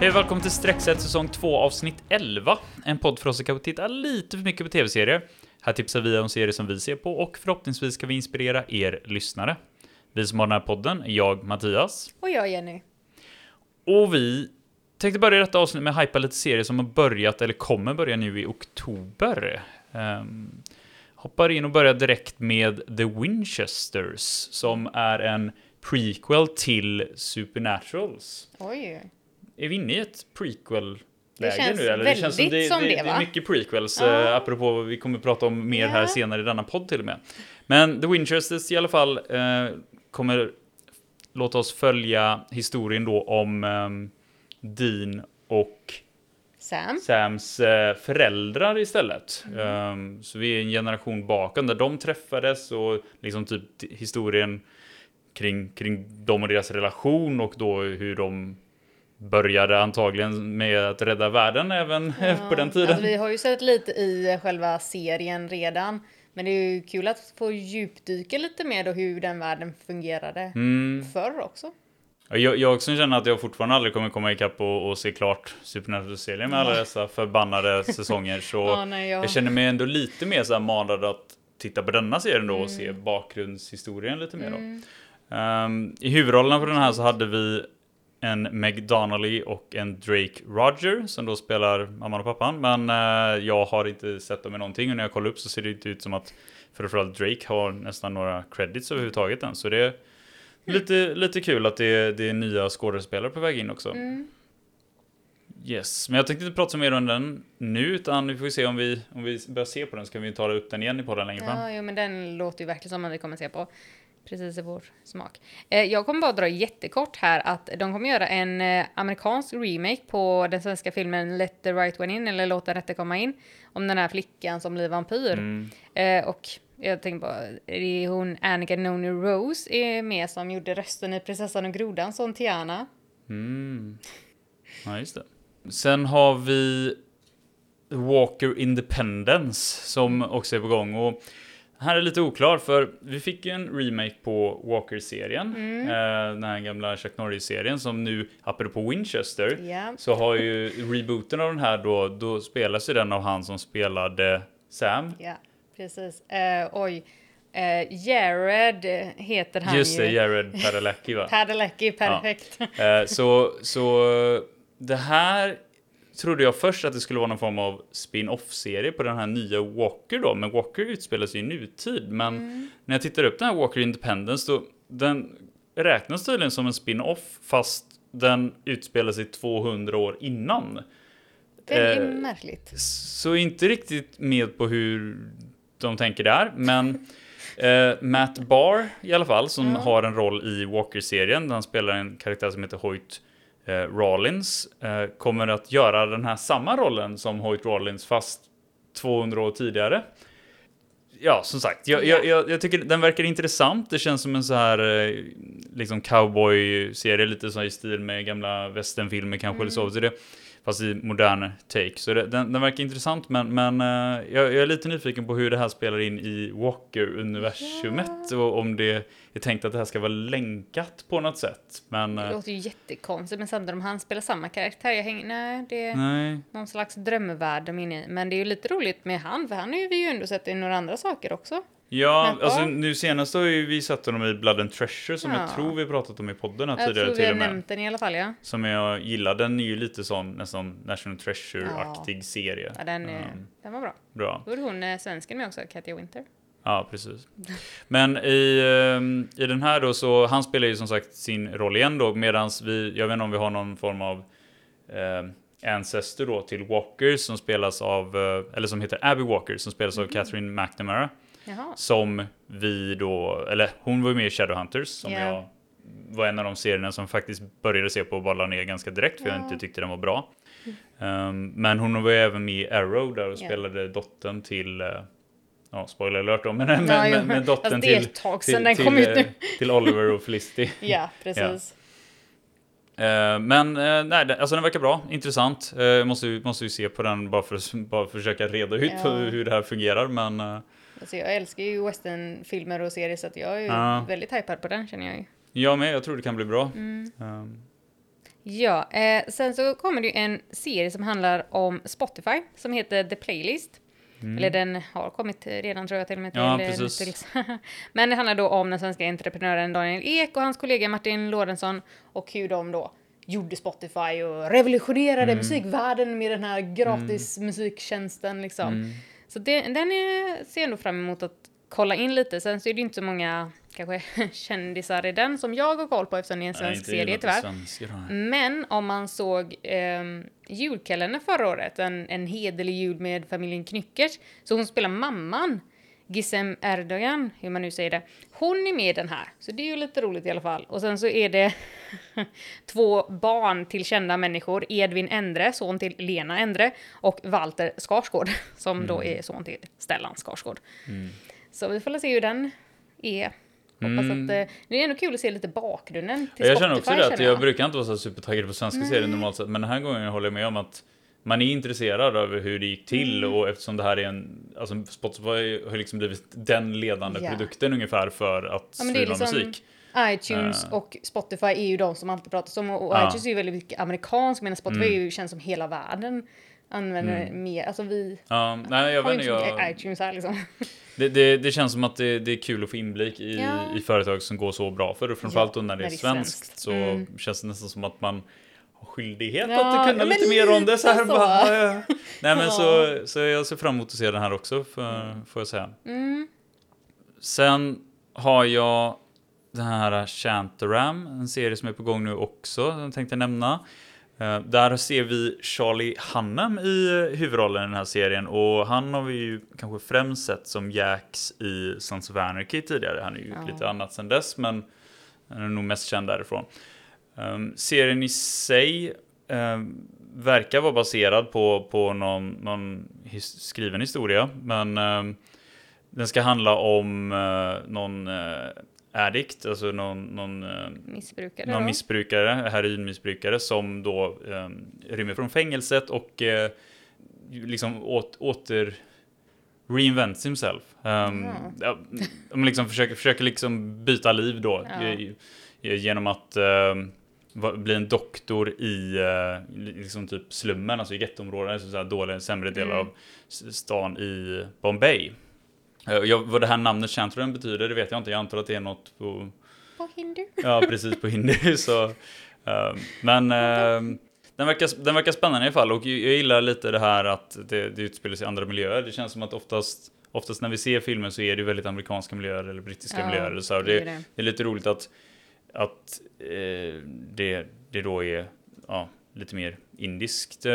Hej och välkommen till Streckset säsong 2 avsnitt 11. En podd för oss som kan titta lite för mycket på tv-serier. Här tipsar vi om serier som vi ser på och förhoppningsvis ska vi inspirera er lyssnare. Vi som har den här podden är jag, Mattias. Och jag, Jenny. Och vi tänkte börja detta avsnitt med att hypa lite serier som har börjat eller kommer börja nu i oktober. Hoppar in och börjar direkt med The Winchesters som är en prequel till Supernaturals. Oj. Är vi inne i ett prequel-läge känns nu? Eller? väldigt Det känns som det är mycket prequels, apropå vad vi kommer prata om mer här senare i denna podd till och med. Men The Winchesters i alla fall kommer låta oss följa historien då om Dean och Sams föräldrar istället. Så vi är en generation bakom där de träffades och liksom typ historien kring dem och deras relation och då hur de började antagligen med att rädda världen även på den tiden. Alltså vi har ju sett lite i själva serien redan. Men det är ju kul att få djupdyka lite mer då hur den världen fungerade förr också. Jag också känner att jag fortfarande aldrig kommer komma ikapp och se klart Supernatural-serien med alla dessa förbannade säsonger. Så jag känner mig ändå lite mer så här manad att titta på denna serien då och se bakgrundshistorien lite mer då. I huvudrollerna på den här så hade vi en Meg Donnelly och en Drake Roger som då spelar mamman och pappan. Men jag har inte sett dem i någonting och när jag kollar upp så ser det inte ut som att framförallt Drake har nästan några credits överhuvudtaget än. Så det är lite kul att det är nya skådespelare på väg in också. Yes, men jag tänkte inte prata så mer om den nu utan vi får se om vi börjar se på den så kan vi ta upp den igen i podden längre fram. Ja, jo, men den låter ju verkligen som att vi kommer se på. Precis i vår smak. Jag kommer bara dra jättekort här att de kommer göra en amerikansk remake på den svenska filmen Let the Right One In eller Låt den rätte komma in om den här flickan som blir vampyr. Och jag tänker på hon Annika Noni Rose är med som gjorde rösten i Prinsessan och Grodan som Tiana. Ja, just det. Sen har vi Walker Independence som också är på gång och här är lite oklar för vi fick ju en remake på Walker-serien. Den här gamla Chuck Norris-serien som nu, apropå Winchester, så har ju rebooten av den här då spelas ju den av han som spelade Sam. Ja, precis. Jared heter han just det, ju. Jared Padalecki va? Padalecki, perfekt. Ja. Så det här trodde jag först att det skulle vara någon form av spin-off-serie på den här nya Walker då. Men Walker utspelar sig i nutid. Men när jag tittar upp den här Walker Independence då, den räknas tydligen som en spin-off fast den utspelar sig 200 år innan. Det är märkligt. Så inte riktigt med på hur de tänker där. Men Matt Barr i alla fall som har en roll i Walker-serien. Han spelar en karaktär som heter Hoyt Rawlins kommer att göra den här samma rollen som Hoyt Rawlins fast 200 år tidigare. Ja, som sagt, jag tycker den verkar intressant. Det känns som en så här liksom cowboy-serie lite så i stil med gamla westernfilmer kanske eller så det fast i modern take. Så den verkar intressant men jag är lite nyfiken på hur det här spelar in i Walker-universumet och om det är tänkt att det här ska vara länkat på något sätt. Men det låter ju jättekonstigt men samtidigt om han spelar samma karaktär det är någon slags drömvärld de är inne i. Men det är ju lite roligt med han för han har ju vi ju ändå sett i några andra saker också. Ja, alltså nu senast har ju vi sett honom i Blood and Treasure som jag tror vi pratat om i podden här tidigare till och med. Jag tror vi har nämnt den i alla fall, ja. Som jag gillar, den är ju lite sån nästan National Treasure-aktig serie. Ja, den var bra. Då är hon svensken med också, Katja Winter. Ja, precis. Men i den här då så, han spelar ju som sagt sin roll igen då medans jag vet inte om vi har någon form av ancestor då till Walker som spelas av, eller som heter Abby Walker som spelas av Catherine McNamara. Jaha. Som vi då, eller hon var ju med i Shadowhunters som jag var en av de serierna som faktiskt började se på och bara la ner ganska direkt för jag inte tyckte den var bra. Men hon var ju även med i Arrow där och spelade dottern till spoiler alert då, men dottern till Oliver och Felicity. Ja, precis. Men alltså den verkar bra, intressant. Måste ju se på den bara för att försöka reda ut hur det här fungerar, men alltså jag älskar ju westernfilmer och serier så att jag är väldigt hypad på den känner jag ju. Ja, men jag tror det kan bli bra. Ja, sen så kommer det ju en serie som handlar om Spotify som heter The Playlist. Eller den har kommit redan tror jag till och med till Netflix. Men det handlar då om den svenska entreprenören Daniel Ek och hans kollega Martin Lorentzon och hur de då gjorde Spotify och revolutionerade musikvärlden med den här gratis musiktjänsten liksom. Så den ser jag ändå fram emot att kolla in lite. Sen så är det inte så många kanske kändisar i den som jag har koll på eftersom det är en svensk serie tyvärr. Men om man såg julkalendern förra året, en hederlig jul med familjen Knyckers, så hon spelar mamman, Gizem Erdogan, hur man nu säger det. Hon är med i den här, så det är ju lite roligt i alla fall. Och sen så är det 2 barn till kända människor, Edvin Endre, son till Lena Endre, och Walter Skarsgård, som då är son till Stellan Skarsgård. Så vi får se hur den är. Hoppas att det är ändå kul att se lite bakgrunden till jag Spotify. Känner också det, att jag brukar inte vara så supertaggad på svenska serier normalt sett, men den här gången håller jag med om att man är intresserad över hur det gick till och eftersom det här är alltså Spotify har liksom blivit den ledande produkten ungefär för att streama liksom musik. iTunes och Spotify är ju de som alltid pratas om och iTunes är ju väldigt mycket amerikansk, medan Spotify känns som hela världen använder mer. Alltså vi nej, jag har vet inte så mycket iTunes här liksom. Det känns som att det är kul att få inblick i företag som går så bra för det. Framförallt då när det är svenskt så känns det nästan som att man har skyldighet att kunna lite mer om det. Så här bara, nej, men så jag ser fram emot att se den här också, får jag säga. Sen har jag den här Shantaram, en serie som är på gång nu också, den tänkte jag nämna. Där ser vi Charlie Hunnam i huvudrollen i den här serien, och han har vi ju kanske främst sett som Jax i Sons of Anarchy tidigare. Han är ju lite annat sedan dess, men han är nog mest känd därifrån. Serien i sig verkar vara baserad på någon skriven historia, men den ska handla om någon addict, alltså någon missbrukare, heroinmissbrukare som då rymmer från fängelset och liksom åter reinvents himself. Liksom försöker liksom byta liv då genom att bli en doktor i liksom typ slummen, alltså i gettoområden, så dåliga, sämre delar av stan i Bombay. Vad det här namnet Shantaram betyder, det vet jag inte. Jag antar att det är något på hindu. Ja, precis, på hindu. Så, men den verkar spännande i alla fall. Och jag gillar lite det här att det utspelar sig i andra miljöer. Det känns som att oftast när vi ser filmen så är det väldigt amerikanska miljöer eller brittiska miljöer. Eller så. Det är lite roligt att det då är lite mer indiskt.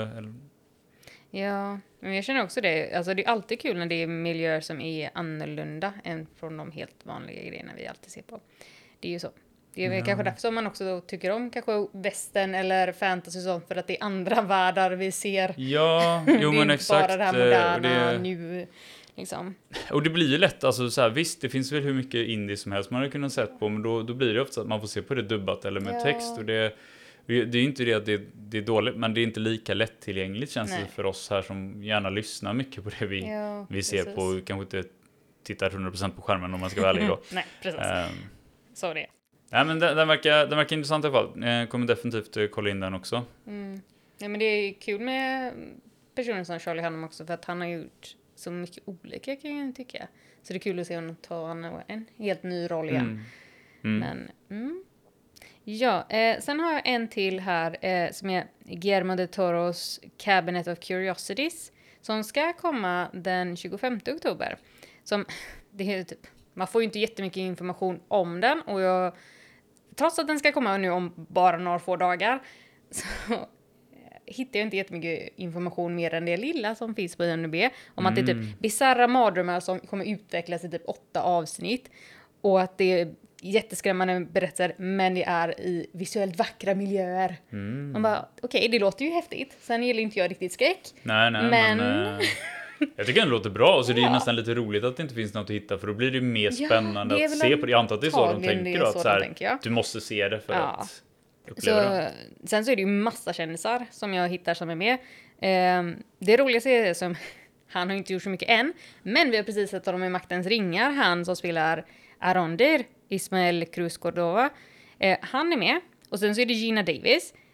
Ja, men jag känner också det. Alltså det är alltid kul när det är miljöer som är annorlunda än från de helt vanliga grejerna vi alltid ser på. Det är ju så. Det är väl kanske därför som man också då tycker om kanske western eller fantasy och sånt, för att det är andra världar vi ser. Ja, jo men exakt. Bara det här moderna nu liksom. Och det blir ju lätt, alltså så här, visst det finns väl hur mycket indie som helst man har kunnat sett på, men då blir det ofta att man får se på det dubbat eller med text, och det är inte det att det är dåligt, men det är inte lika lättillgängligt känns det för oss här som gärna lyssnar mycket på det vi ser på, och kanske inte tittar 100% på skärmen om man ska vara ärlig då. Nej, precis. Så det. Nej, men den verkar intressant i alla fall. Jag kommer definitivt kolla in den också. Ja, men det är kul med personer som Charlie Hunnam också, för att han har gjort så mycket olika, kan jag tycka. Så det är kul att se honom ta en helt ny roll igen. Men ja, sen har jag en till här som är Guillermo del Toros Cabinet of Curiosities, som ska komma den 25 oktober. Det är typ, man får ju inte jättemycket information om den, och trots att den ska komma nu om bara några få dagar, så hittar jag inte jättemycket information mer än det lilla som finns på IMDb om att det är typ bizarra mardrömmar som kommer utvecklas i typ 8 avsnitt, och att det är jätteskrämmande berättelser, men det är i visuellt vackra miljöer. Man bara, okej, det låter ju häftigt. Sen gillar inte jag riktigt skräck. Nej, men jag tycker det låter bra, och så det är nästan lite roligt att det inte finns något att hitta, för då blir det mer spännande att se på det. Jag antar att det är så de tänker då, att så här, du måste se det för att uppleva det. Sen så är det ju massa kändisar som jag hittar som är med. Det roligaste är som han har inte gjort så mycket än, men vi har precis sett honom i Maktens ringar, han som spelar Arondir, Ismael Cruz Cordova. Han är med. Och sen så är det Gina Davis,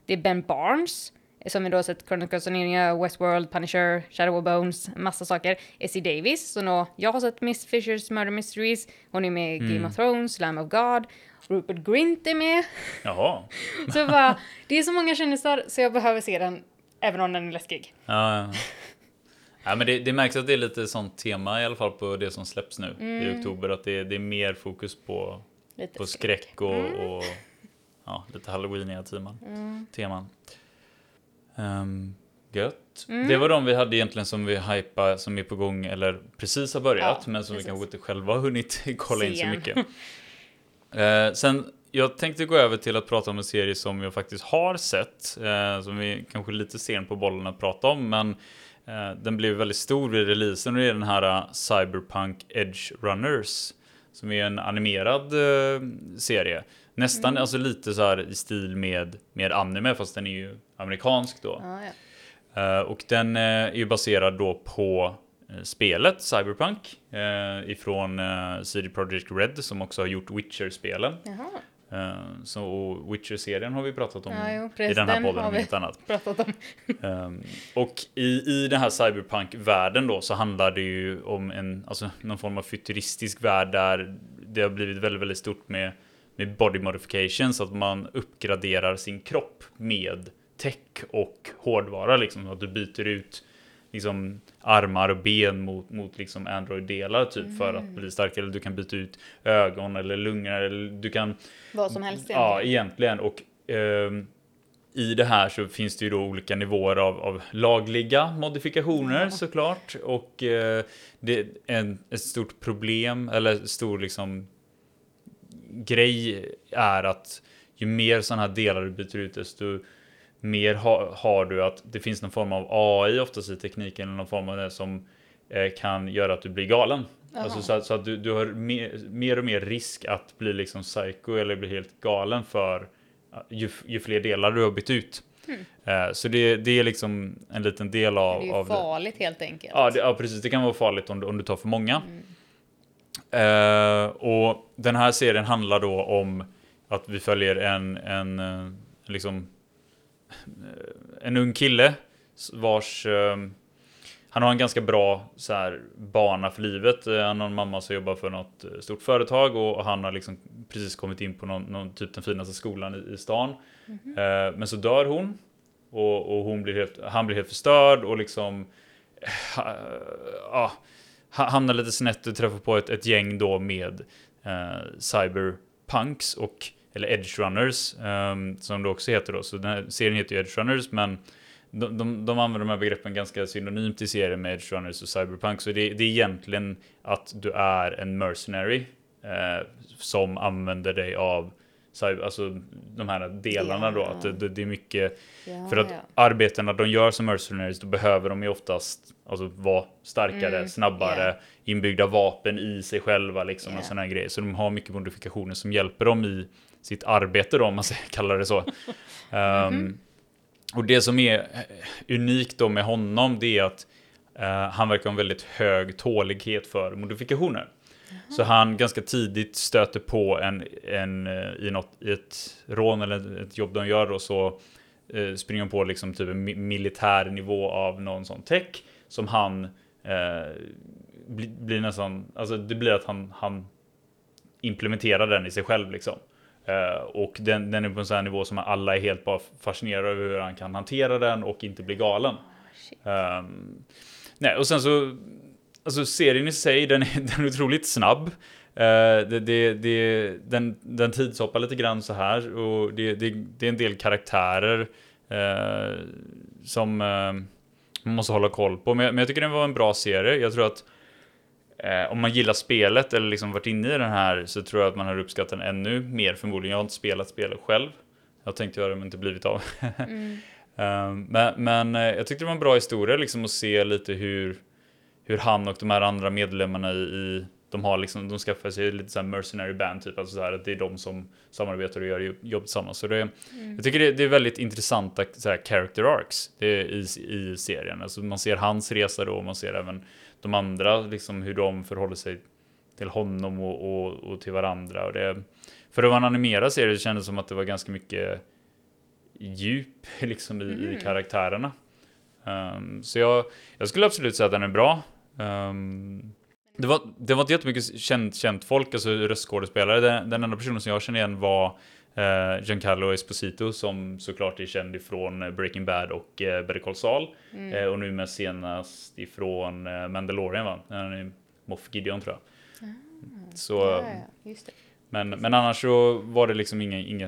Det är Ben Barnes, som vi då har sett Chronicles of Narnia, Westworld, Punisher, Shadow of Bones, massa saker. Essie Davis, så nå, jag har sett Miss Fishers Murder Mysteries. Hon är med i Game of Thrones, Lamb of God. Rupert Grint är med. Jaha. Så bara, det är så många kändisar så jag behöver se den, även om den är läskig. Ja. Ja, men det märks att det är lite sånt tema i alla fall på det som släpps nu i oktober. Att det är mer fokus på skräck och ja, lite halloweeniga teman. Gött. Det var de vi hade egentligen som vi hypade, som är på gång eller precis har börjat, men som vi kanske inte själva har hunnit kolla in så mycket. Sen, jag tänkte gå över till att prata om en serie som jag faktiskt har sett, som vi kanske lite sen på bollen att prata om, men den blev väldigt stor vid releasen, och det är den här Cyberpunk Edge Runners, som är en animerad serie. Nästan alltså lite så här i stil med anime, fast den är ju amerikansk då. Och den är ju baserad då på spelet Cyberpunk ifrån CD Projekt Red, som också har gjort Witcher-spelen. Så Witcher-serien har vi pratat om i den här podden, om inget annat. Och i den här Cyberpunk-världen då så handlar det ju om någon form av futuristisk värld där det har blivit väldigt, väldigt stort med body modification, så att man uppgraderar sin kropp med tech och hårdvara, liksom att du byter ut liksom armar och ben mot liksom Android-delar typ för att bli starkare, eller du kan byta ut ögon eller lungor, eller du kan vad som helst egentligen. Ja, egentligen. Och i det här så finns det ju då olika nivåer av lagliga modifikationer såklart, och det är ett stort problem, eller stor liksom grej är att ju mer sådana här delar du byter ut, desto mer har du att det finns någon form av AI oftast i tekniken, eller någon form av det som kan göra att du blir galen. Alltså så att du har mer och mer risk att bli liksom psycho eller bli helt galen för ju fler delar du har bytt ut. Så det är liksom en liten del av det. Det är ju farligt helt enkelt. Ja, precis. Det kan vara farligt om du tar för många. Och den här serien handlar då om att vi följer en ung kille vars han har en ganska bra så här bana för livet. Han har en mamma som jobbar för något stort företag, och han har liksom precis kommit in på någon typ den finaste skolan i stan. Men så dör hon, och han blir helt förstörd och liksom hamnar lite snett och träffar på ett gäng då med cyberpunks eller Edge Runners, som det också heter då. Så den här serien heter ju Edge Runners, men de använder de här begreppen ganska synonymt i serien med Edge Runners och Cyberpunk. Så det är egentligen att du är en mercenary som använder dig av alltså de här delarna då. Att det är mycket för att arbetena de gör som mercenaries, då behöver de ju oftast alltså vara starkare, snabbare, inbyggda vapen i sig själva liksom, och såna här grejer. Så de har mycket modifikationer som hjälper dem i sitt arbete då, om man kallar det så. Och det som är unikt då med honom, det är att han verkar ha en väldigt hög tålighet för modifikationer. Så han ganska tidigt stöter på i ett rån eller ett jobb de gör då, så springer han på liksom typ en militär nivå av någon sån tech som han blir nästan, alltså det blir att han implementerar den i sig själv liksom. Och den är på en sån här nivå som alla är helt bara fascinerade över hur han kan hantera den och inte bli galen. Nej, och sen så alltså serien i sig, den är otroligt snabb. Den tidshoppar lite grann så här, och det är en del karaktärer som man måste hålla koll på. Men jag tycker den var en bra serie. Jag tror att om man gillar spelet eller liksom varit inne i den här, så tror jag att man har uppskattat den ännu mer förmodligen. Jag har inte spelat spelet själv. Jag tänkte göra det men inte blivit av. Men jag tyckte det var en bra historia liksom, att se lite hur han och de här andra medlemmarna de skaffar sig lite så här mercenary band typ, alltså så här att det är de som samarbetar och gör jobb tillsammans. Så jag tycker det är väldigt intressanta så här character arcs i serien. Alltså man ser hans resa då, och man ser även de andra liksom hur de förhåller sig till honom och till varandra. Och för att vara en animerad serie, det kändes som att det var ganska mycket djup liksom i karaktärerna. Så jag skulle absolut säga att den är bra. Det var inte jättemycket känt folk, alltså röstskådespelare. Den enda personen som jag känner igen var Giancarlo Esposito, som såklart är känd ifrån Breaking Bad och Better Call Saul. Och nu med senast ifrån Mandalorian, va? Moff Gideon, tror jag. Så, just det. men annars så var det liksom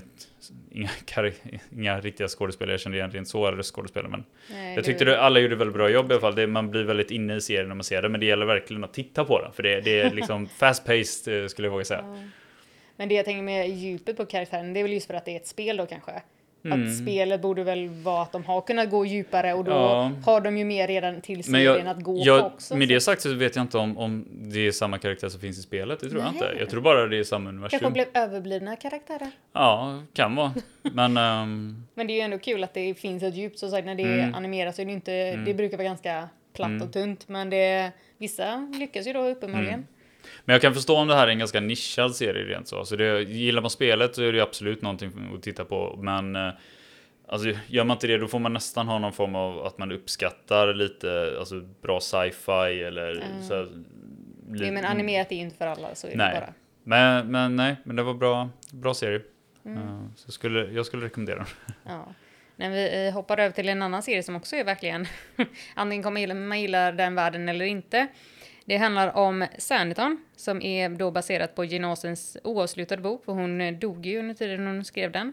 inga riktiga skådespelare. Jag kände egentligen så röstskådespelare, men jag tyckte alla gjorde väldigt bra jobb i alla fall. Man blir väldigt inne i serien när man ser det, men det gäller verkligen att titta på den, för det är liksom fast-paced, skulle jag våga säga. Ja. Men det jag tänker med djupet på karaktären, det är väl just för att det är ett spel då kanske. Att spelet borde väl vara att de har kunnat gå djupare, och då har de ju mer redan till serien att gå på också. Med det sagt så vet jag inte om det är samma karaktär som finns i spelet. Det tror jag inte. Jag tror bara det är samma universum. Kanske blev överblivna karaktärer. Ja, kan vara. Men det är ju ändå kul att det finns ett djup, så sagt, när det animeras så är det inte, det brukar vara ganska platt och tunt, men vissa lyckas ju då uppenbarligen. Men jag kan förstå om det här är en ganska nischad serie rent så. Så gillar man spelet så är det absolut någonting att titta på. Men alltså, gör man inte det, då får man nästan ha någon form av att man uppskattar lite, alltså bra sci-fi eller så här, men animerat är ju inte för alla, så är nej. det bara. Men det var bra serie. Så jag skulle rekommendera den. Ja. När vi hoppar över till en annan serie som också är verkligen antingen kommer man gilla den världen eller inte. Det handlar om Sanditon, som är då baserat på Jane Austens oavslutade bok, för hon dog ju under tiden hon skrev den.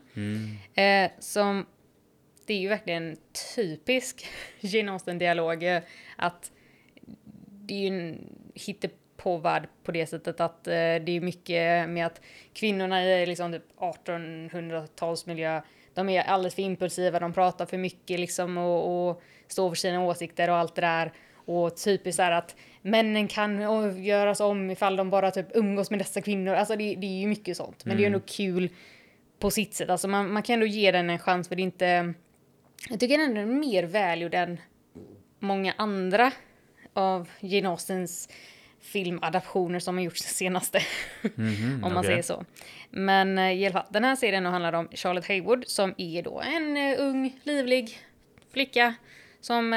Det är ju verkligen typisk Jane Austen-dialog, att det är ju en hittepåvärld på det sättet att det är mycket med att kvinnorna i liksom typ 1800-talsmiljö, de är alldeles för impulsiva, de pratar för mycket liksom och står för sina åsikter och allt det där. Och typiskt är att männen kan göras om ifall de bara typ umgås med dessa kvinnor. Alltså det är ju mycket sånt. Men det är ändå kul på sitt sätt. Alltså man kan ändå ge den en chans, för det är inte... Jag tycker den är mer välgjord än många andra av Jane Austens filmadaptioner som har gjorts det senaste. Om man säger så. Men i alla fall, den här serien handlar om Charlotte Haywood, som är då en ung, livlig flicka som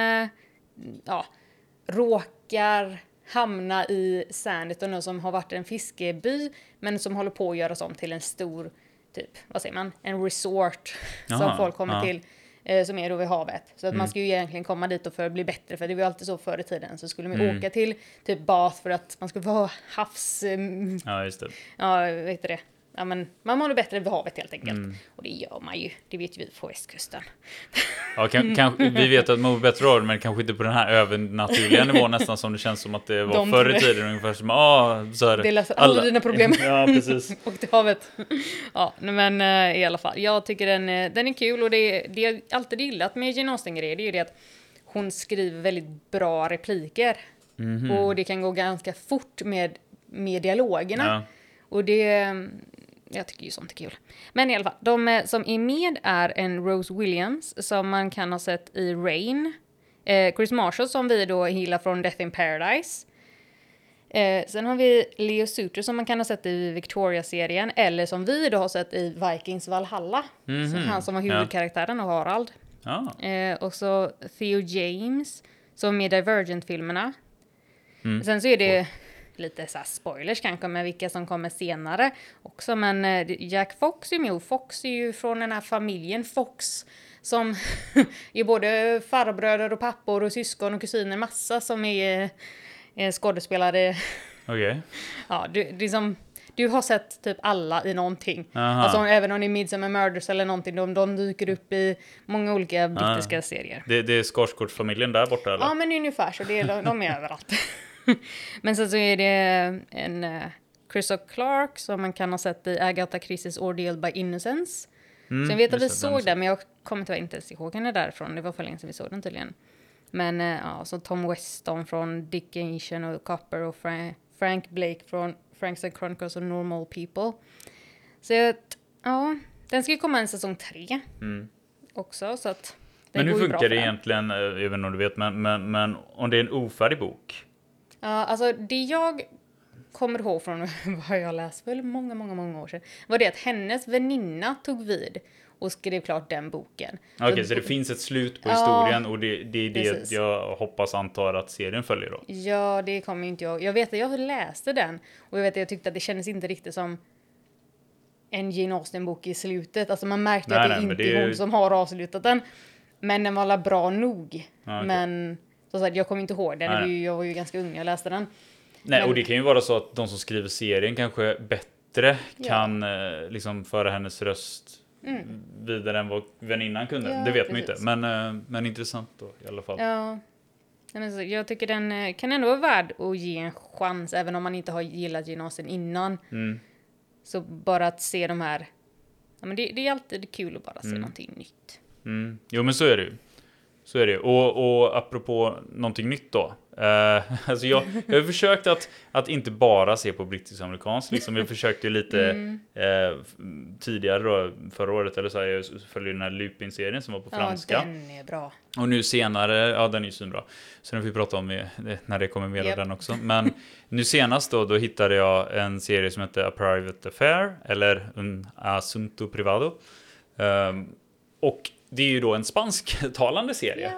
råkar hamna i Sanditon, som har varit en fiskeby, men som håller på att göras om till en stor, typ, vad säger man, en resort som folk kommer till, som är då vid havet. Så att man ska ju egentligen komma dit och för att bli bättre, för det var ju alltid så förr i tiden, så skulle man åka till typ Bath för att man skulle vara havs... Ja, just det. Ja, vet du det. Ja, men man mår bättre vid havet helt enkelt. Och det gör man ju. Det vet ju vi på västkusten. Ja, vi vet att man mår bättre av det, men kanske inte på den här övernaturliga nivån, nästan som det känns som att det var förr i tiden. Ungefär som, så här, det löser alla dina problem. Ja, precis. Och till havet. Ja, men i alla fall. Jag tycker den är kul, och det jag alltid gillat med Jane Austen-grejer, det är ju det att hon skriver väldigt bra repliker. Och det kan gå ganska fort med dialogerna. Ja. Och jag tycker ju sånt är kul. Men i alla fall, de som är med är en Rose Williams, som man kan ha sett i Rain. Chris Marshall, som vi då gillar från Death in Paradise. Sen har vi Leo Suter, som man kan ha sett i Victoria-serien, eller som vi då har sett i Vikings Valhalla. Så han som var huvudkaraktären och Harald. Och så Theo James, som är Divergent-filmerna. Sen så är det... lite så här spoilers kanske med vilka som kommer senare också, men Jack Fox är med. Fox är ju från den här familjen Fox som är både farbröder och pappor och syskon och kusiner, massa som är skådespelare. Okej. Ja, det är som du har sett typ alla i någonting. Alltså även om det är Midsommar Murders eller någonting, de dyker upp i många olika brittiska serier. Det är Skarsgård-familjen där borta, eller? Ja, men ungefär så. De är överallt. Men sen så är det en Chris Clark som man kan ha sett i Agatha Christie's Ordeal by Innocence. Så jag vet att vi såg den, men jag kommer tyvärr inte ens ihåg henne därifrån. Det var för länge sedan vi såg den tydligen. Men så Tom Weston från Dick Nation och Copper och Frank Blake från Franks and Chronicles of Normal People. Så den ska ju komma en säsong 3 också, så att men hur funkar det egentligen, även om du vet, men om det är en ofärdig bok? Ja, alltså det jag kommer ihåg från vad jag läste för många år sedan, var det att hennes väninna tog vid och skrev klart den boken. Okej, så det finns ett slut på historien och det är det precis. jag hoppas antar att serien följer då. Ja, det kommer inte jag. Jag vet att jag läste den och jag vet att jag tyckte att det kändes inte riktigt som en Jane Austen-bok i slutet. Alltså man märkte att det inte är hon som har avslutat den. Men den var alla bra nog. Okay. Men så att jag kommer inte ihåg den. Jag var ju ganska ung när jag läste den. Nej, och det kan ju vara så att de som skriver serien kanske bättre kan liksom föra hennes röst vidare än vad väninnan kunde. Det vet man inte. Men intressant då i alla fall. Ja. Men så, jag tycker den kan ändå vara värd att ge en chans även om man inte har gillat Jane Austen innan. Så bara att se de här... Ja, men det är alltid kul att bara se någonting nytt. Jo, men så är det ju. Så är det. Och apropå någonting nytt då. Alltså jag har försökt att inte bara se på brittisk-amerikansk. Liksom jag försökte ju lite tidigare då, förra året eller så här, jag följde den här Lupin-serien som var på franska. Ja, den är bra. Och nu senare, den är ju svinbra. Så nu får vi prata om när det kommer mer av den också. Men nu senast då hittade jag en serie som heter A Private Affair eller Un Asunto Privado. Och det är ju då en spansktalande serie.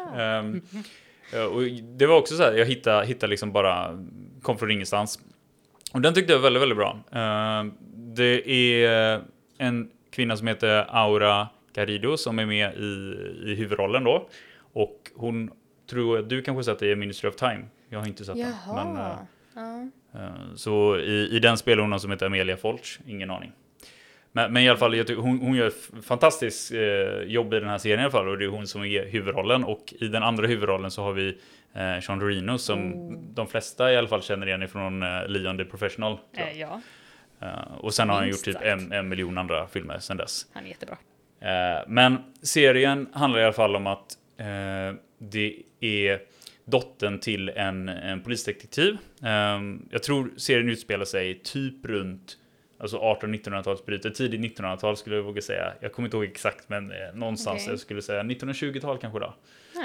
Och det var också så här, jag hittade liksom bara, kom från ingenstans. Och den tyckte jag var väldigt, väldigt bra. Det är en kvinna som heter Aura Garrido som är med i huvudrollen då. Och hon tror att du kanske sett det i Ministry of Time. Jag har inte sett den. Men, så i den spelar hon någon som heter Amelia Folch. Ingen aning. Men i alla fall, hon gör ett fantastiskt jobb i den här serien i alla fall. Och det är hon som är huvudrollen. Och i den andra huvudrollen så har vi Sean Reno som de flesta i alla fall känner igen ifrån Leon the Professional. Och sen har han gjort typ en miljon andra filmer sen dess. Han är jättebra. Men serien handlar i alla fall om att det är dottern till en polisdetektiv. Jag tror serien utspelar sig typ runt alltså 1800-1900-talsbryter, tidigt 1900-tal skulle jag våga säga. Jag kommer inte ihåg exakt, men någonstans jag skulle säga 1920-tal kanske då.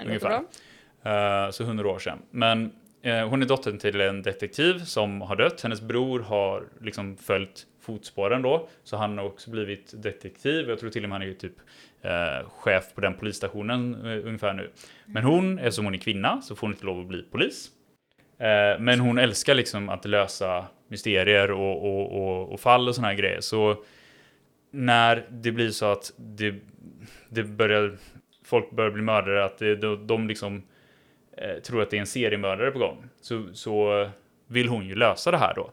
Ungefär. Så 100 år sedan. Men hon är dottern till en detektiv som har dött. Hennes bror har liksom följt fotspåren då. Så han har också blivit detektiv. Jag tror till och med han är typ chef på den polisstationen ungefär nu. Men hon, eftersom hon är kvinna, så får hon inte lov att bli polis. Men hon älskar liksom att lösa mysterier och fall och såna här grejer. Så när det blir så att folk börjar bli mördare, att de liksom tror att det är en seriemördare på gång, så vill hon ju lösa det här då.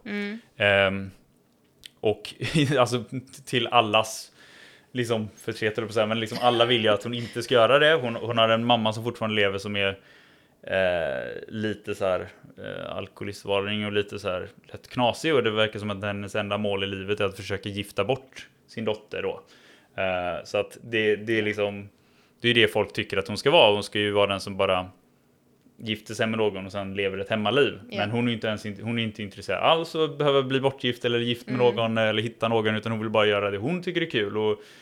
Och alltså till allas liksom förtretade på så här, men liksom alla vill ju att hon inte ska göra det. Hon har en mamma som fortfarande lever som är lite så här alkoholistvarning och lite så här lätt knasig, och det verkar som att hennes enda mål i livet är att försöka gifta bort sin dotter då. Så att det är liksom, det är det folk tycker att hon ska vara. Hon ska ju vara den som bara gifter sig med någon och sen lever ett hemmaliv. Men hon är inte intresserad alls av att behöva bli bortgift eller gift med någon eller hitta någon, utan hon vill bara göra det hon tycker är kul.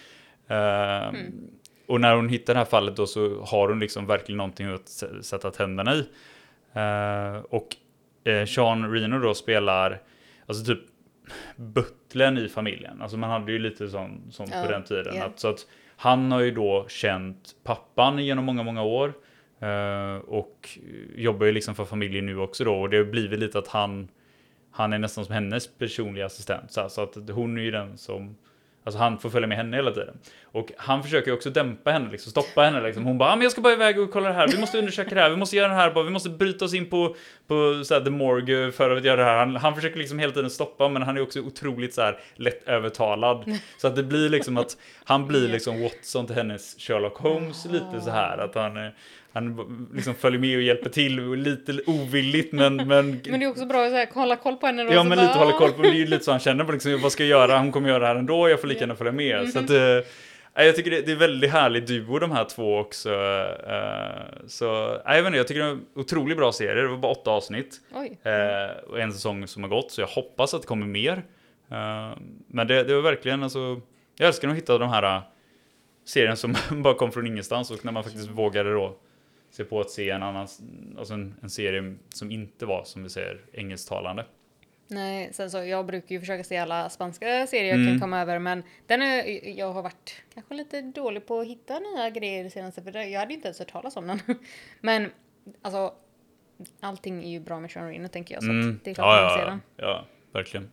Och när hon hittar det här fallet då, så har hon liksom verkligen någonting att sätta tänderna i. Och Sean Reno då spelar alltså typ butlern i familjen. Alltså man hade ju lite sånt på den tiden. Så att han har ju då känt pappan genom många, många år. Och jobbar ju liksom för familjen nu också då. Och det har blivit lite att han är nästan som hennes personliga assistent. Så att hon är ju den som... Alltså han får följa med henne hela tiden. Och han försöker ju också dämpa henne, liksom, stoppa henne. Liksom. Hon bara, men jag ska bara iväg och kolla det här. Vi måste undersöka det här. Vi måste göra det här. Vi måste bryta oss in på så här, The Morgue för att göra det här. Han försöker liksom hela tiden stoppa, men han är också otroligt så här, lätt övertalad. Så att det blir liksom att han blir liksom Watson till hennes Sherlock Holmes. Lite så här. Att han liksom följer med och hjälper till lite ovilligt, men det är också bra att hålla koll på henne då. Ja, men lite hålla koll på, det är ju lite så han känner på liksom, vad ska jag göra? Hon kommer göra det här ändå, jag får lika gärna följa med. Så att jag tycker det är väldigt härlig duo de här två också. Så jag vet inte, jag tycker det är en otroligt bra serie. Det var bara 8 avsnitt. Och en säsong som har gått, så jag hoppas att det kommer mer. Men det var verkligen, alltså, jag älskar att hitta de här serien som bara kom från ingenstans, och när man faktiskt vågade då se på att se en annan, alltså en serie som inte var, som vi säger, engelsktalande. Nej, sen så jag brukar ju försöka se alla spanska serier jag kan komma över, men jag har varit kanske lite dålig på att hitta nya grejer senaste, för jag hade ju inte ens hört talas om den. Men alltså, allting är ju bra med Sean Reno, tänker jag, så att det är klart man ser den. Ja, verkligen.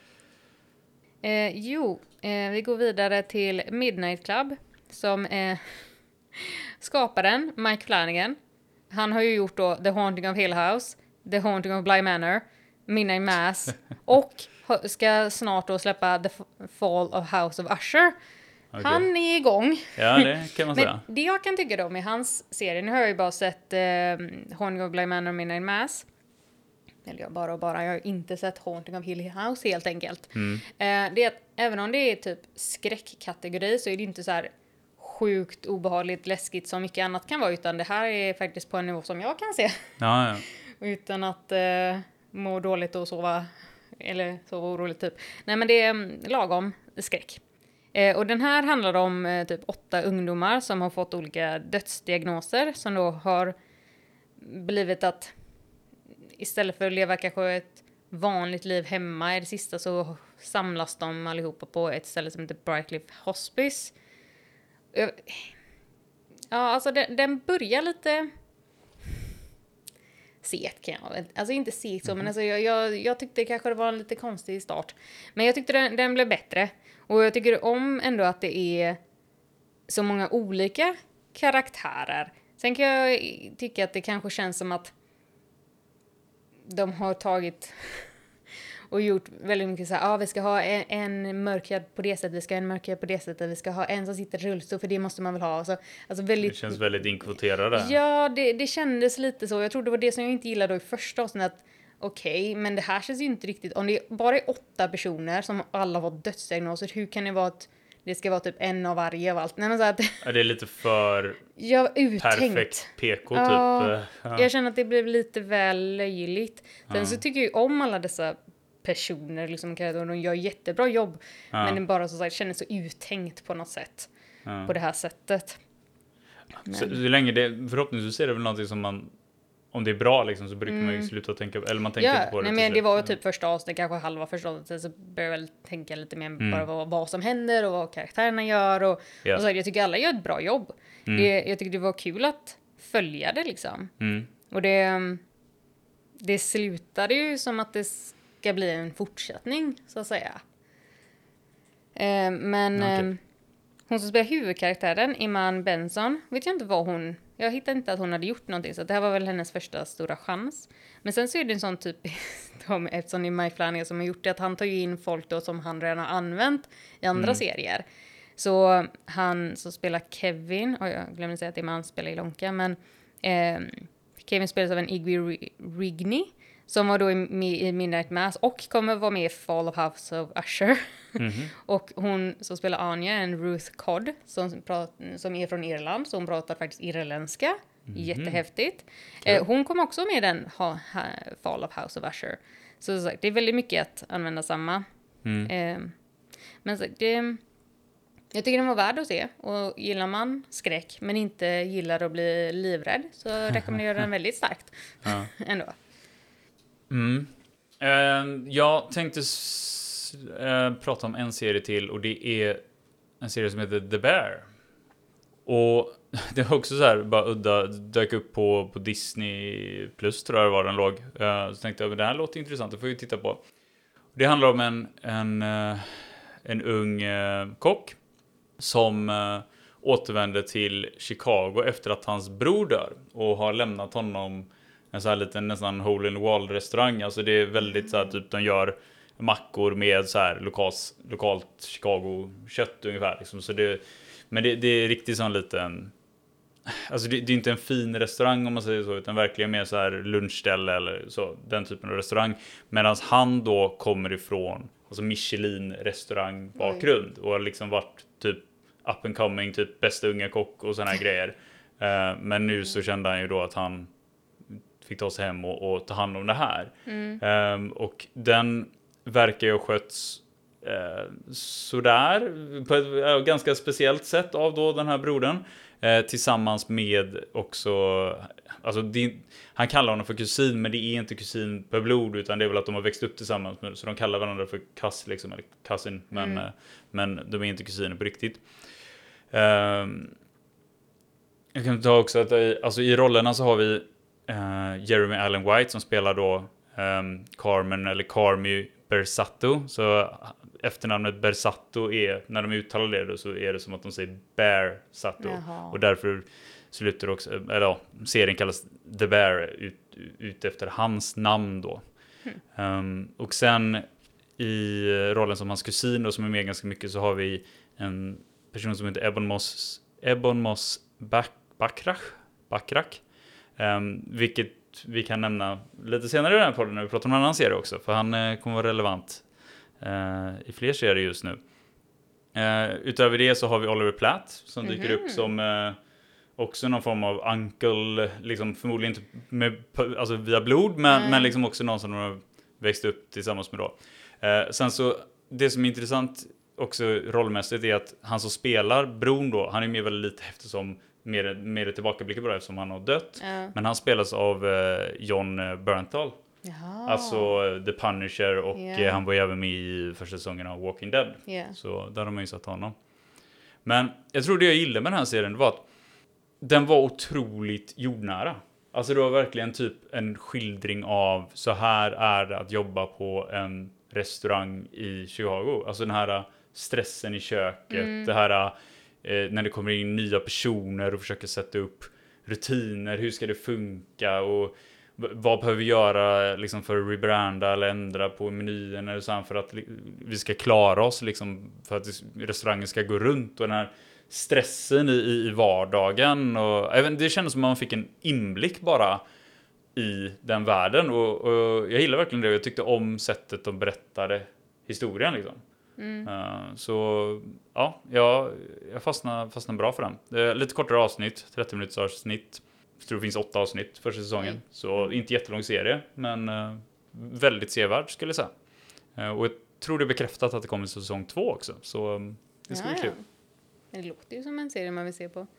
Vi går vidare till Midnight Club, som skaparen, Mike Flanagan. Han har ju gjort då The Haunting of Hill House, The Haunting of Bly Manor, Midnight Mass och ska snart då släppa The Fall of House of Usher. Okay. Han är igång. Ja, det kan man säga. Men det jag kan tycka då med hans serie, nu har jag ju bara sett Haunting of Bly Manor och Midnight Mass. Eller jag har inte sett Haunting of Hill House helt enkelt. Det är att även om det är typ skräckkategori så är det inte så här sjukt obehagligt läskigt som mycket annat kan vara, utan det här är faktiskt på en nivå som jag kan se. Ja. Utan att må dåligt och sova oroligt typ. Nej, men det är lagom skräck. Och den här handlar om typ 8 ungdomar som har fått olika dödsdiagnoser, som då har blivit att istället för att leva kanske ett vanligt liv hemma i det sista, så samlas de allihopa på ett ställe som heter Brightleaf Hospice. Ja, alltså den börjar lite segt, kan jag. Alltså inte segt så, men alltså jag tyckte kanske det var en lite konstig start. Men jag tyckte den blev bättre. Och jag tycker om ändå att det är så många olika karaktärer. Sen kan jag tycka att det kanske känns som att de har tagit och gjort väldigt mycket så här, vi ska ha en mörkhyad på det sättet, vi ska ha en mörkhyad på det sättet, vi ska ha en som sitter i rullstol, för det måste man väl ha. Alltså väldigt, det känns väldigt inkvoterade. Ja, det kändes lite så. Jag tror det var det som jag inte gillade då i första avsnittet, att okej, men det här känns ju inte riktigt, om det bara är 8 personer som alla har diagnoser, hur kan det vara att det ska vara typ en av varje av allt? Nej, men så att det är lite för perfekt PK typ. Ja. Jag känner att det blev lite väl löjligt. Sen så tycker jag om alla dessa personer liksom, och de gör jättebra jobb, men det bara så sagt känns så uttänkt på något sätt på det här sättet. Så länge det, förhoppningsvis är det väl någonting som man, om det är bra liksom, så brukar man ju sluta tänka, eller man tänker inte på det. Nej, men det var ju typ första avsnittet, kanske halva första avsnittet, så började jag väl tänka lite mer bara vad som händer och vad karaktärerna gör och så, jag tycker alla gör ett bra jobb. Jag tycker det var kul att följa det liksom. Och det slutade ju som att det ska bli en fortsättning, så att säga. Men hon som spelar huvudkaraktären, Iman Benson, vet jag inte vad hon... Jag hittade inte att hon hade gjort någonting, så det här var väl hennes första stora chans. Men sen så är det en sån typ, eftersom det är Mike Flanagan som har gjort det, att han tar ju in folk då som han redan har använt i andra serier. Så han som spelar Kevin, och jag glömde säga att Iman spelar i Lonka, men Kevin spelas av en Igby Rigney, som var då med i Midnight Mass och kommer vara med i Fall of House of Usher. Och hon som spelar Anya, en Ruth Codd, som är från Irland, så hon pratar faktiskt irländska. Jättehäftigt. Hon kom också med den Fall of House of Usher. Så det är väldigt mycket att använda samma. Men så, jag tycker den var värd att se. Och gillar man skräck men inte gillar att bli livrädd, så rekommenderar jag den väldigt starkt. Ändå. Jag tänkte prata om en serie till, och det är en serie som heter The Bear. Och det var också så här, bara udda, dök upp på Disney Plus, tror jag det var den låg. Så tänkte jag, det här låter intressant, det får vi titta på. Det handlar om en ung kock som återvänder till Chicago efter att hans bror dör och har lämnat honom en så här liten nästan hole-in-the-wall-restaurang. Alltså det är väldigt så här, typ de gör mackor med så här lokalt Chicago-kött ungefär. Liksom. Så men det är riktigt sån liten... Alltså det är inte en fin restaurang om man säger så, utan verkligen mer så här lunchställe eller så, den typen av restaurang. Medan han då kommer ifrån alltså Michelin-restaurang-bakgrund och har liksom varit typ up and coming, typ bästa unga kock och såna här grejer. Men nu så kände han ju då att han fick ta sig hem och ta hand om det här. Och den verkar ju ha skötts sådär på ett ganska speciellt sätt av då den här brodern. Tillsammans med också, alltså han kallar honom för kusin, men det är inte kusin per blod, utan det är väl att de har växt upp tillsammans, så de kallar varandra för liksom, eller cousin, men de är inte kusiner på riktigt. Jag kan ta också att alltså i rollerna så har vi Jeremy Allen White som spelar då Carmen eller Carmy Bersatto. Så efternamnet Bersatto är, när de uttalar det då, så är det som att de säger Bear-Satto. Och därför slutar också, eller ja, serien kallas The Bear ut efter hans namn då. Och sen i rollen som hans kusin då, som är med ganska mycket, så har vi en person som heter Ebon Moss Backrack. Vilket vi kan nämna lite senare i den här podden när vi pratar om en annan serie också, för han kommer vara relevant i fler serier just nu. Utöver det så har vi Oliver Platt som dyker upp som också någon form av uncle, liksom förmodligen inte alltså via blod, men liksom också någon som de har växt upp tillsammans med då. Sen så, det som är intressant också rollmässigt är att han som spelar bron då, han är med väldigt lite eftersom mer tillbakablickar på det eftersom han har dött. Men han spelas av Jon Bernthal. Jaha. Alltså The Punisher, och han var ju även med i första säsongen av Walking Dead. Så där har man ju satt honom. Men jag tror det jag gillade med den här serien var att den var otroligt jordnära. Alltså det var verkligen typ en skildring av så här är det att jobba på en restaurang i Chicago. Alltså den här stressen i köket, det här när det kommer in nya personer och försöker sätta upp rutiner, hur ska det funka och vad behöver vi göra liksom för att rebranda eller ändra på menyn eller så, för att vi ska klara oss liksom, för att restaurangen ska gå runt, och den här stressen i vardagen, och även det kändes som att man fick en inblick bara i den världen, och jag gillar verkligen det. Jag tyckte om sättet de berättade historien liksom. Så ja, jag fastnar bra för den. Det är lite kortare avsnitt, 30 minuters avsnitt. Jag tror det finns 8 avsnitt första säsongen. Så inte jättelång serie, men väldigt sevärd skulle jag säga. Och jag tror det är bekräftat att det kommer säsong 2 också. Så det ska bli kul. Det låter ju som en serie man vill se på.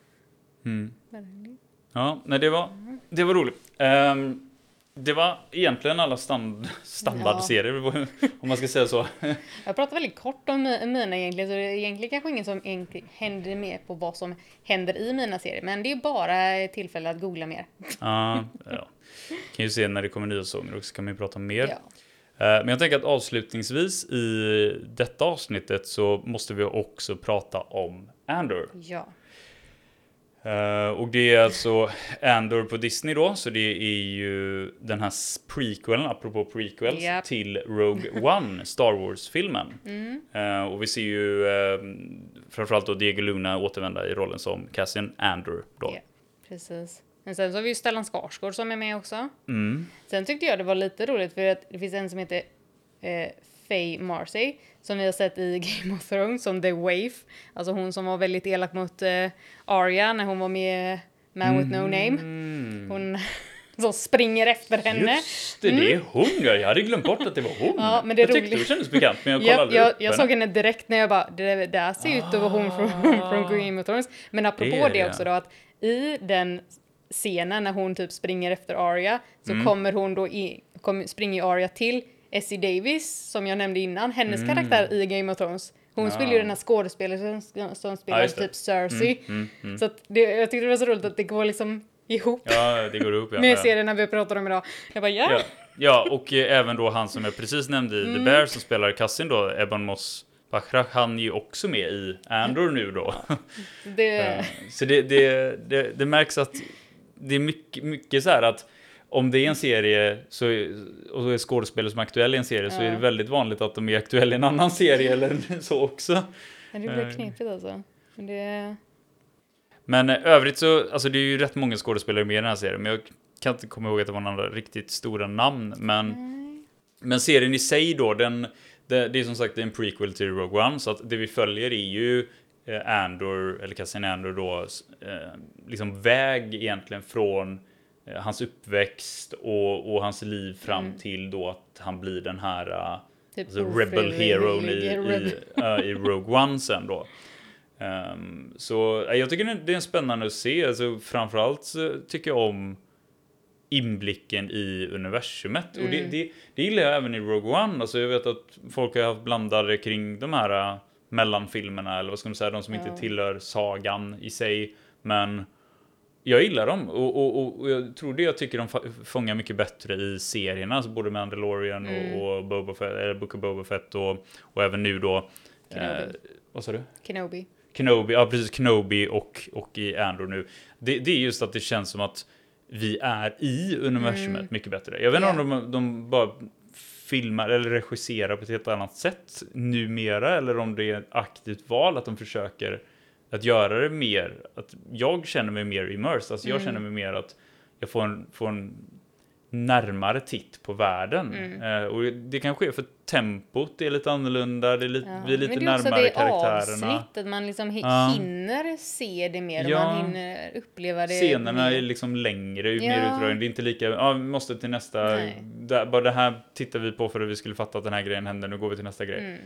Ja, nej, det var roligt. Det var egentligen alla standardserier, om man ska säga så. Jag pratar väldigt kort om mina egentligen, så det är egentligen kanske ingen som händer mer på vad som händer i mina serier. Men det är bara ett tillfälle att googla mer. Ja. Kan ju se när det kommer nya säsonger, och så kan man ju prata mer. Ja. Men jag tänker att avslutningsvis i detta avsnittet så måste vi också prata om Andor. Ja. Och det är alltså Andor på Disney då, så det är ju den här prequelen, apropå prequels, till Rogue One, Star Wars-filmen. Och vi ser ju framförallt då Diego Luna återvända i rollen som Cassian Andor då. Ja, precis. Men sen så har vi ju Stellan Skarsgård som är med också. Sen tyckte jag det var lite roligt för att det finns en som heter Faye Marcy som vi har sett i Game of Thrones som The Waif. Alltså hon som var väldigt elak mot Arya när hon var med Man with No Name. Hon som springer efter henne. Just det, det är hon. Jag hade glömt bort att det var hon. Ja, men det är jag tyckte det kändes bekant, men jag kollade jag såg henne direkt när jag bara, det där ser ut att vara hon från Game of Thrones. Men apropå det också då, att i den scenen när hon typ springer efter Arya så kommer hon då springer Arya till Essie Davis, som jag nämnde innan, hennes karaktär i Game of Thrones. Hon spelar ju den här skådespelaren som spelar typ Cersei. Så att jag tyckte det var så roligt att det går liksom ihop. Ja, det går ihop. Med serierna vi pratar om idag. Jag bara, ja, och även då han som jag precis nämnde i The Bear som spelar Cassin då, Ebon Moss Backrack, han är ju också med i Andor nu då. Så det märks att det är mycket så här att om det är en serie och så är skådespelare som är aktuella i en serie så är det väldigt vanligt att de är aktuella i en annan serie eller så också. Men det blir knepigt alltså. Men övrigt så, alltså det är ju rätt många skådespelare med i den här serien, men jag kan inte komma ihåg att det var några riktigt stora namn. Men serien i sig då, det är som sagt en prequel till Rogue One, så att det vi följer är ju Andor, eller Cassian Andor då, liksom väg egentligen från hans uppväxt och hans liv fram till då att han blir den här Typ alltså Rebel Hero i Rogue One sen då. Så jag tycker det är en spännande att se. Alltså, framförallt så tycker jag om inblicken i universumet. Och det gillar jag även i Rogue One. Alltså, jag vet att folk har haft blandade kring de här mellanfilmerna, eller vad ska man säga, de som inte tillhör sagan i sig. Men jag gillar dem, och jag tror det, jag tycker de fångar mycket bättre i serierna, alltså både Mandalorian och Boba Fett, eller Book of Boba Fett, och även nu då vad sa du? Kenobi, ja precis, Kenobi och i Andor nu. Det är just att det känns som att vi är i universumet mycket bättre. Jag vet inte om de bara filmar eller regisserar på ett helt annat sätt numera, eller om det är ett aktivt val att de försöker att göra det mer, att jag känner mig mer immersed, alltså jag känner mig mer att jag får en närmare titt på världen. Och det kan ske för tempot är lite annorlunda, det är vi är lite närmare karaktärerna. Avsnitt, man liksom hinner se det mer, och man hinner uppleva det. Scenerna är liksom längre, mer utdragna. Det är inte lika, vi måste till nästa, bara det här tittar vi på för att vi skulle fatta att den här grejen händer, nu går vi till nästa grej.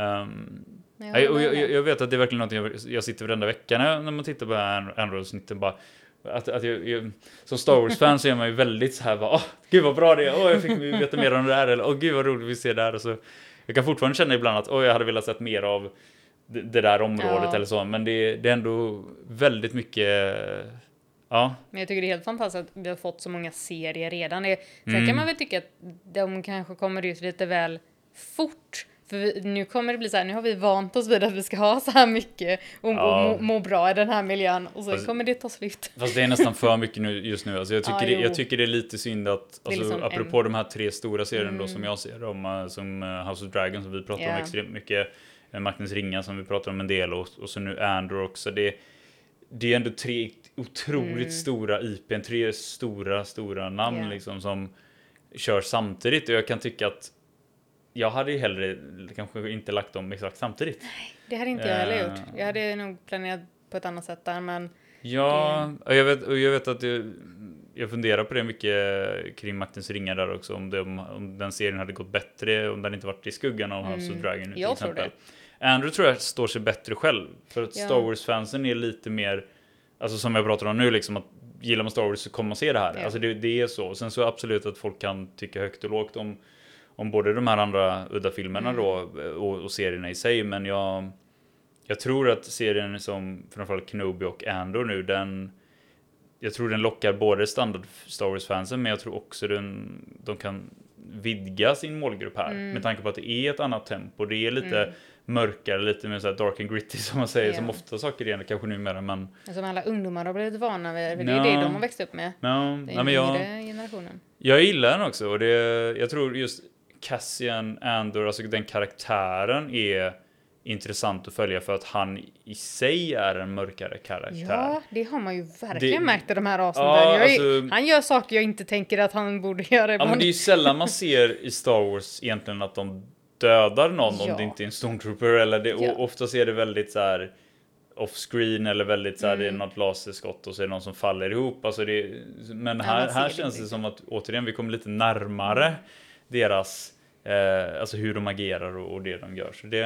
Jag vet att det är verkligen något jag sitter varenda vecka när man tittar på Andor-snitten, bara att jag, som Star Wars-fan så är man ju väldigt så här, gud vad bra det är, jag fick veta mer om det här, eller gud vad roligt vi ser där, och så jag kan fortfarande känna ibland att jag hade velat sett mer av det där området eller så, men det är ändå väldigt mycket. Men jag tycker det är helt fantastiskt att vi har fått så många serier redan. Sen kan man väl tycka att de kanske kommer ut lite väl fort. För nu kommer det bli så här, nu har vi vant oss vid att vi ska ha så här mycket och må bra i den här miljön, och så kommer det ta slut. Fast det är nästan för mycket just nu. Alltså jag tycker det är lite synd att, alltså, liksom apropå de här 3 stora serierna då, som jag ser dem, som House of Dragon som vi pratar om extremt mycket, Maktens ringar som vi pratar om en del, och så nu Andor också. Det är ändå 3 otroligt stora IPn, 3 stora namn liksom, som kör samtidigt, och jag kan tycka att jag hade ju hellre kanske inte lagt dem exakt samtidigt. Nej, det hade inte jag heller gjort. Jag hade nog planerat på ett annat sätt där, men och jag vet att jag funderar på det mycket kring Maktens ringar där också, om den serien hade gått bättre om den inte varit i skuggan av House of Dragon till exempel. Tror det. Andrew tror jag står sig bättre själv, för att Star Wars-fansen är lite mer, alltså som jag pratar om nu, liksom att gillar man Star Wars så kommer man se det här. Alltså det är så. Sen så absolut att folk kan tycka högt och lågt om både de här andra udda filmerna då och serierna i sig, men jag tror att serien som framförallt Kenobi och Andor nu, jag tror den lockar både standard Star Wars-fansen, men jag tror också de kan vidga sin målgrupp här, med tanke på att det är ett annat tempo, det är lite mörkare, lite mer så här dark and gritty som man säger, som ofta saker är kanske numera, men som alla ungdomar har blivit vana vid, det är det de har växt upp med. Den yngre generationen. Jag gillar den också, och jag tror just Cassian Andor, alltså den karaktären är intressant att följa, för att han i sig är en mörkare karaktär. Ja, det har man ju verkligen märkt i de här avsnitten. Han gör saker jag inte tänker att han borde göra ibland. Men det är ju sällan man ser i Star Wars egentligen att de dödar någon om det inte är en stormtrooper, eller oftast är det väldigt så här off-screen, eller väldigt så här, det är något laserskott och så är det någon som faller ihop, alltså men här känns det som att återigen vi kommer lite närmare deras alltså hur de agerar och det de gör, så det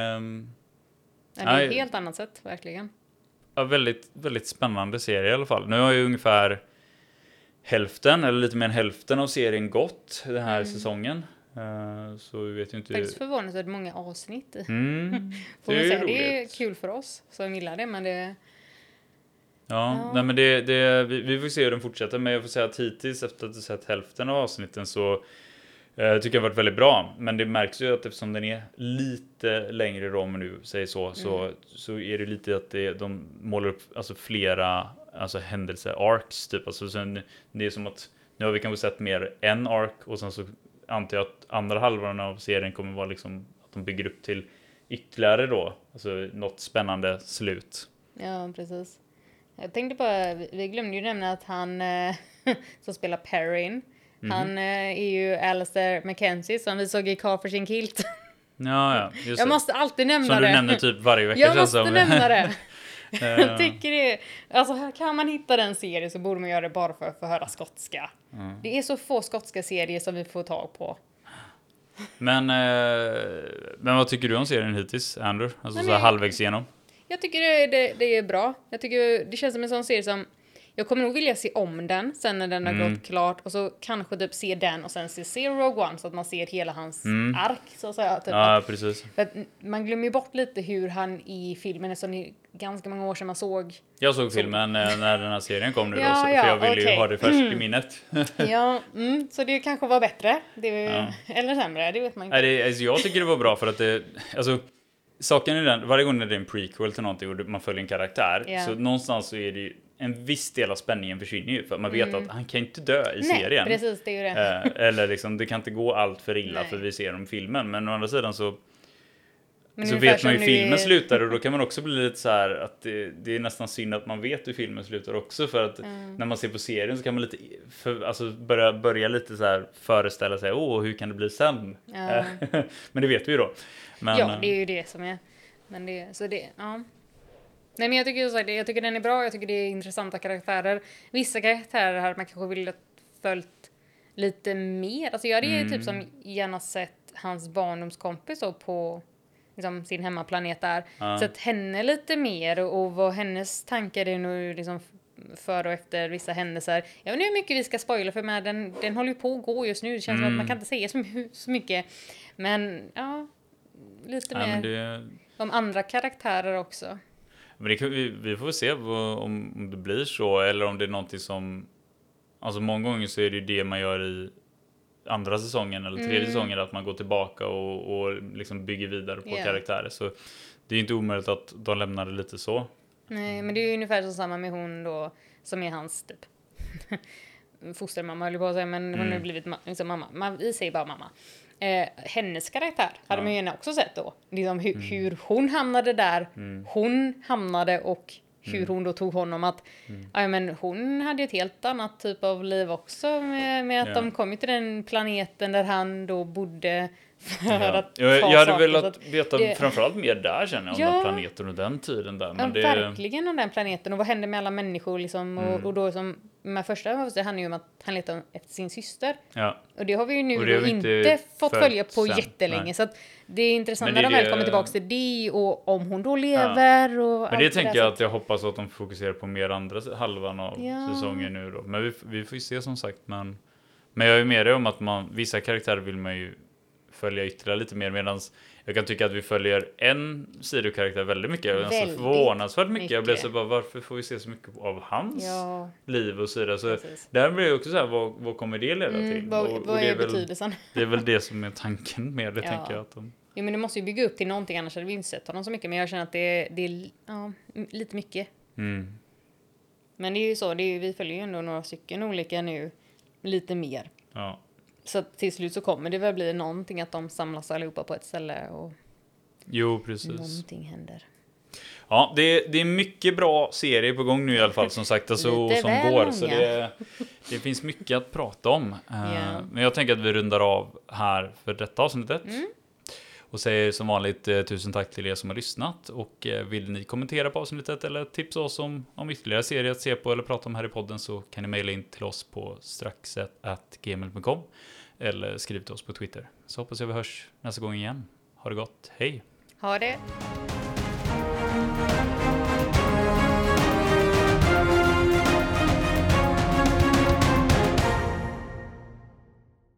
är ett helt annat sätt, verkligen. Ja, väldigt, väldigt spännande serie i alla fall. Nu har ju ungefär hälften, eller lite mer än hälften av serien gått den här säsongen. Så vi vet ju inte. Faktiskt förvånansvärt många avsnitt. Det är kul för oss som gillar det, men det. Nej, men vi får se hur den fortsätter, men jag får säga att hittills efter att ha sett hälften av avsnitten så tycker jag har varit väldigt bra, men det märks ju att eftersom den är lite längre då, om man nu säger så är det lite att de målar upp alltså flera händelse-arcs typ, alltså sen, det är som att nu har vi kanske sett mer en arc, och sen så antar jag att andra halvan av serien kommer vara liksom att de bygger upp till ytterligare då, alltså något spännande slut. Ja, precis. Jag tänkte bara, vi glömde ju nämna att han som spelar Perrin, han är ju Alistair Mackenzie som vi såg i Car for sin Kilt. Just jag måste alltid nämna som det. Du nämner typ varje vecka. Jag måste nämna det. Jag tycker det. Alltså här kan man hitta den serien så borde man göra det bara för att få höra skotska. Det är så få skotska serier som vi får tag på. Men vad tycker du om serien hittills, Andrew? Alltså Nej, så här men- halvvägs igenom. Jag tycker det är bra. Jag tycker det känns som en sån serie som jag kommer nog vilja se om den sen när den har gått klart och så kanske typ se den och sen se Rogue One så att man ser hela hans ark så att säga. Typ Ja, precis. för att man glömmer ju bort lite hur han i filmen, eftersom det är ganska många år sedan man såg. Jag såg filmen när den här serien kom nu Ja, då, så, ja, för jag ville ju okej. ha det färskt i minnet. Ja, så det kanske var bättre. Eller sämre, det vet man inte. Nej, alltså, jag tycker det var bra för att det, alltså, saken är den, varje gång det är en prequel till någonting och man följer en karaktär, Ja. så någonstans så är det ju en viss del av spänningen försvinner ju, för man vet att han kan inte dö i Nej, serien. precis, det är ju det. Eller liksom, det kan inte gå allt för illa Nej. för vi ser om filmen, men å andra sidan så Men så ungefär vet man ju som filmen nu- slutar och då kan man också bli lite så här att det är nästan synd att man vet hur filmen slutar också, för att när man ser på serien så kan man lite alltså börja lite så här föreställa sig hur kan det bli sen? Ja. Men det vet vi ju då. Men, Ja, det är ju det som är. Men det, så det, ja. Nej, men jag tycker så här, jag tycker den är bra, jag tycker det är intressanta karaktärer. Vissa karaktärer hade man kanske velat följt lite mer. Alltså jag hade ju typ som gärna sett hans barndomskompis då på liksom, sin hemmaplanet där. Sett henne lite mer och vad hennes tankar är nu liksom före och efter vissa händelser. Jag vet inte hur mycket vi ska spoila för med den håller ju på att gå just nu. Det känns som att man kan inte säga så mycket. Men ja, lite mer men det, om andra karaktärer också. men det kan, vi får väl se om det blir så, eller om det är någonting som, alltså många gånger så är det ju det man gör i andra säsongen eller tredje säsongen, att man går tillbaka och liksom bygger vidare på karaktärer. Så det är inte omöjligt att de lämnar det lite så. Nej, men det är ju ungefär så samma med hon då, som är hans typ fostermamma höll jag på att säga, men hon har ju blivit liksom mamma. Vi säger bara mamma. Hennes karaktär hade man ju gärna också sett då. Liksom hur hon hamnade där hon hamnade och hur hon då tog honom att ja, men hon hade ett helt annat typ av liv också med att de kom ju till den planeten där han då bodde för att ta jag hade saker, så velat att veta det- framförallt mer där, känner jag, om Ja. den planeten och den tiden där. Men Ja, verkligen om den planeten och vad hände med alla människor liksom, och då som med första handlar ju om att han letar efter sin syster. Ja. Och det har vi ju nu Och det har då vi inte inte fått följt följa på sen. jättelänge. Nej. Så att det är intressant Men när det är de väl det- kommer tillbaka till det och om hon då lever och Men allt det där, tänker så jag att jag hoppas att de fokuserar på mer andra halvan av Ja. säsongen nu då. Men vi får ju se som sagt. Men jag är med dig om att vissa karaktärer vill man ju följa ytterligare lite mer, medan jag kan tycka att vi följer en sidokaraktär väldigt mycket. Alltså Väldigt förvånansvärt mycket. Jag blev mycket. så bara, varför får vi se så mycket av hans Ja, liv och så vidare? Så precis. där blir det också så här, vad kommer det leda till? Vad Och det är väl, betydelsen? det är väl det som är tanken med det, Ja. tänker jag. Att de, Jo, men det måste ju bygga upp till någonting, annars hade vi inte sett honom så mycket. Men jag känner att det är lite mycket. Men det är ju så, vi följer ju ändå några stycken olika nu, lite mer. ja. Så att till slut så kommer det väl bli någonting att de samlas allihopa på ett ställe och Jo, precis. någonting händer. Ja, det är mycket bra serier på gång nu i alla fall, som sagt, alltså, Lite som väl går. många. Så det finns mycket att prata om. Ja. Men jag tänker att vi rundar av här för detta avsnittet. Och säger som vanligt tusen tack till er som har lyssnat. Och vill ni kommentera på avsnittet eller tipsa oss om ytterligare serier att se på eller prata om här i podden, så kan ni mejla in till oss på straxet@gmail.com eller skriv till oss på Twitter. Så hoppas jag vi hörs nästa gång igen. Ha det gott, hej! Ha det!